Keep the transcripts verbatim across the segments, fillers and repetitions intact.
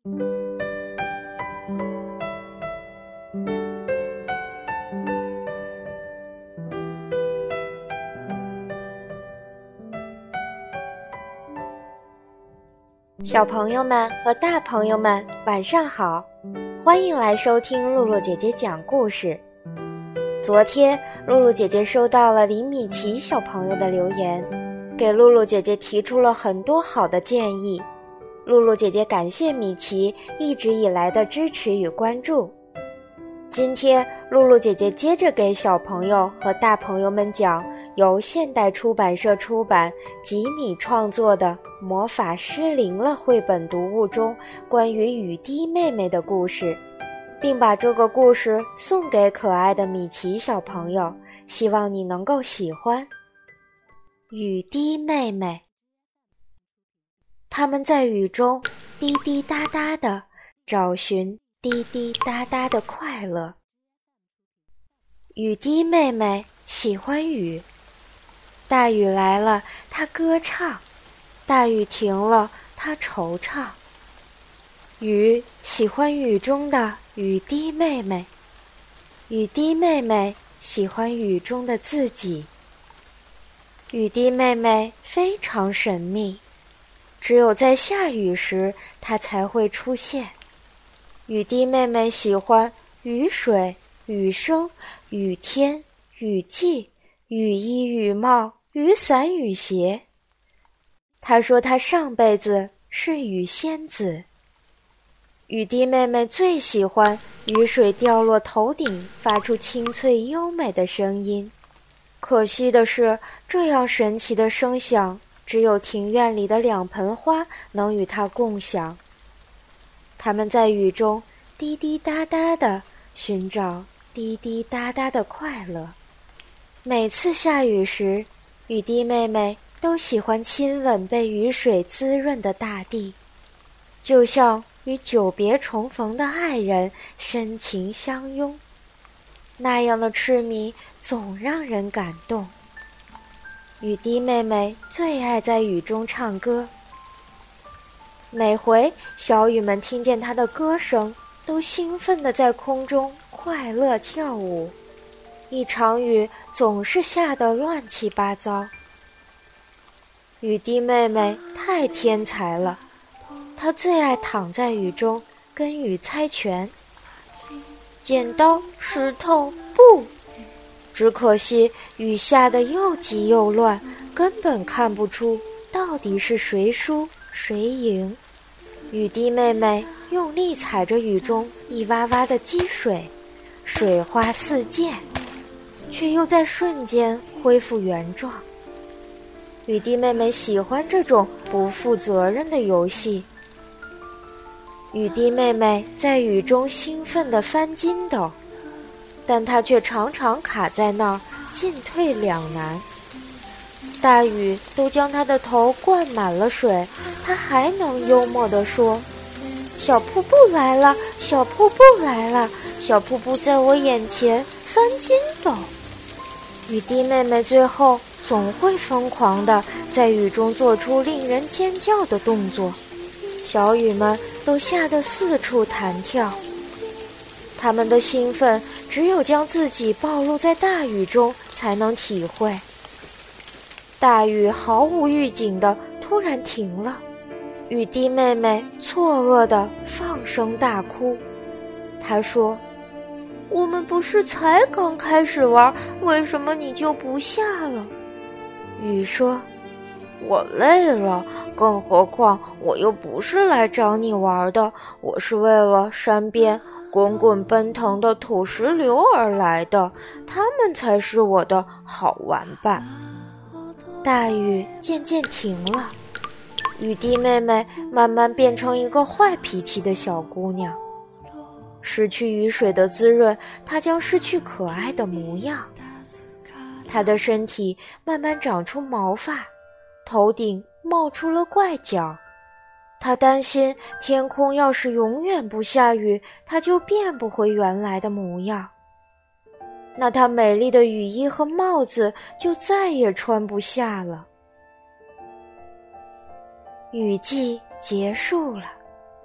小朋友们和大朋友们晚上好，欢迎来收听露露姐姐讲故事。昨天露露姐姐收到了李米奇小朋友的留言，给露露姐姐提出了很多好的建议。露露姐姐感谢米奇一直以来的支持与关注。今天露露姐姐接着给小朋友和大朋友们讲由现代出版社出版吉米创作的《魔法失灵了》绘本读物中关于雨滴妹妹的故事，并把这个故事送给可爱的米奇小朋友，希望你能够喜欢。雨滴妹妹，他们在雨中滴滴答答地找寻滴滴答答的快乐。雨滴妹妹喜欢雨，大雨来了她歌唱，大雨停了她惆怅。雨喜欢雨中的雨滴妹妹，雨滴妹妹喜欢雨中的自己。雨滴妹妹非常神秘，只有在下雨时她才会出现。雨滴妹妹喜欢雨水、雨声、雨天、雨季、雨衣、雨帽、雨伞、雨鞋。她说她上辈子是雨仙子。雨滴妹妹最喜欢雨水掉落头顶发出清脆优美的声音，可惜的是，这样神奇的声响只有庭院里的两盆花能与她共享。它们在雨中滴滴答答地寻找滴滴答答的快乐。每次下雨时，雨滴妹妹都喜欢亲吻被雨水滋润的大地，就像与久别重逢的爱人深情相拥，那样的痴迷总让人感动。雨滴妹妹最爱在雨中唱歌，每回小雨们听见她的歌声，都兴奋地在空中快乐跳舞。一场雨总是下得乱七八糟。雨滴妹妹太天才了，她最爱躺在雨中跟雨猜拳，剪刀石头布。只可惜雨下得又急又乱，根本看不出到底是谁输谁赢。雨滴妹妹用力踩着雨中一洼洼的积水，水花四溅，却又在瞬间恢复原状。雨滴妹妹喜欢这种不负责任的游戏。雨滴妹妹在雨中兴奋地翻筋斗，但她却常常卡在那儿，进退两难。大雨都将她的头灌满了水，她还能幽默地说：“小瀑布来了，小瀑布来了，小瀑布在我眼前翻筋斗。”雨滴妹妹最后总会疯狂地在雨中做出令人尖叫的动作，小雨们都吓得四处弹跳。他们的兴奋只有将自己暴露在大雨中才能体会。大雨毫无预警地突然停了，雨滴妹妹错愕地放声大哭。她说：“我们不是才刚开始玩，为什么你就不下了？”雨说：“我累了，更何况我又不是来找你玩的，我是为了山边滚滚奔腾的土石流而来的，他们才是我的好玩伴。”大雨渐渐停了，雨滴妹妹慢慢变成一个坏脾气的小姑娘。失去雨水的滋润，她将失去可爱的模样。她的身体慢慢长出毛发，头顶冒出了怪角。她担心天空要是永远不下雨，她就变不回原来的模样。那她美丽的雨衣和帽子就再也穿不下了。雨季结束了，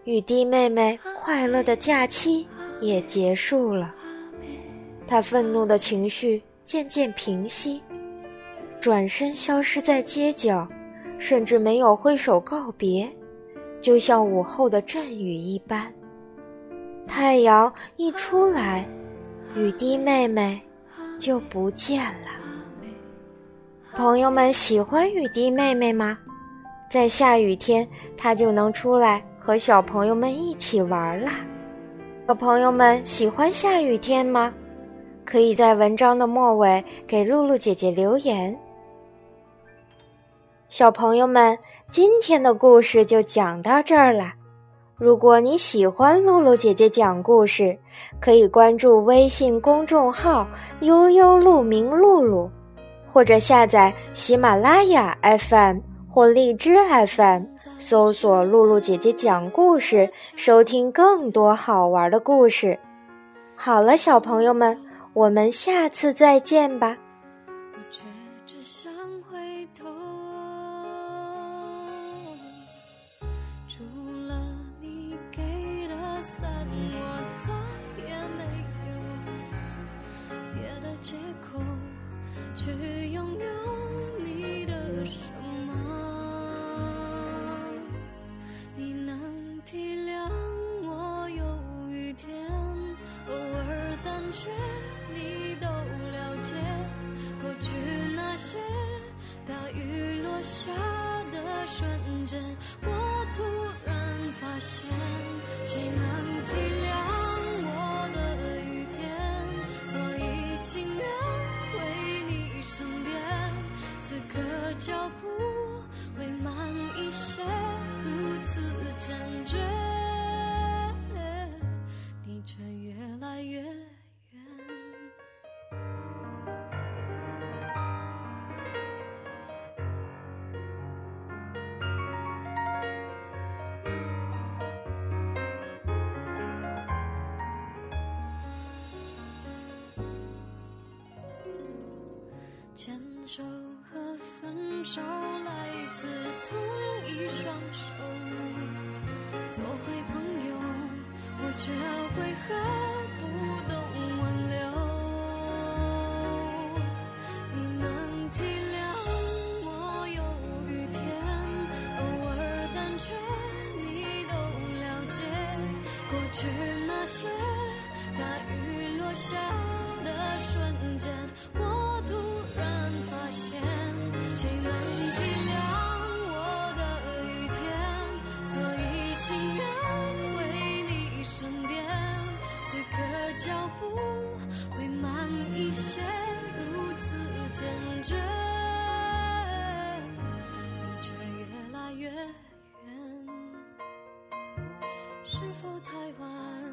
雨滴妹妹快乐的假期也结束了，她愤怒的情绪渐渐平息，转身消失在街角，甚至没有挥手告别，就像午后的阵雨一般。太阳一出来，雨滴妹妹就不见了。朋友们喜欢雨滴妹妹吗？在下雨天，她就能出来和小朋友们一起玩啦。小朋友们喜欢下雨天吗？可以在文章的末尾给露露姐姐留言。小朋友们，今天的故事就讲到这儿啦。如果你喜欢露露姐姐讲故事，可以关注微信公众号悠悠鹿鸣露露，或者下载喜马拉雅 F M 或荔枝 F M， 搜索露露姐姐讲故事，收听更多好玩的故事。好了，小朋友们，我们下次再见吧。 我却只想回头，除了你给的伞，我再也没有别的借口去拥有你的什么。你能体谅我有雨天，偶尔胆怯你都了解，过去那些大雨落下的瞬间，我突然发现，谁能体谅我的雨天，所以情愿回你身边，此刻脚步会慢一些，如此坚决，你却越来越远。牵手和分手来自同一双手，做回朋友，我却为何不懂挽留。你能体谅我有雨天，偶尔胆怯你都了解，过去那些大雨落下的瞬间，我突然发现，谁能体谅我的雨天，所以情愿回你身边，此刻脚步会慢一些，如此坚决，你却越来越远。是否太晚？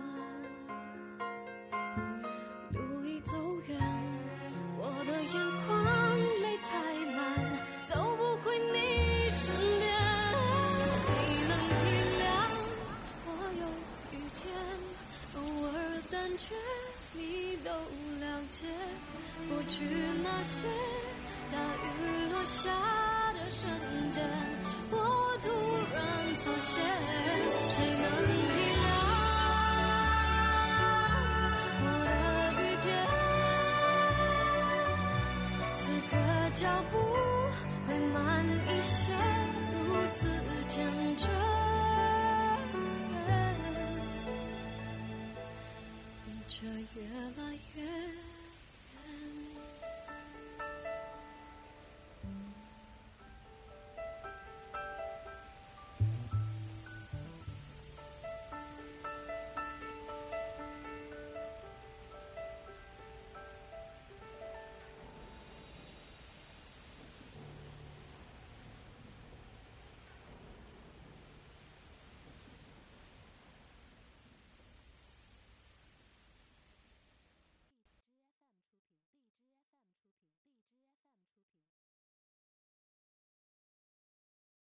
路已走远，我的眼眶泪太满，走不回你身边。你能体谅我有雨天，偶尔胆怯你都了解，过去那些大雨落下的瞬间，我突然发现，谁能体谅脚步会慢一些，如此坚决，你却越来越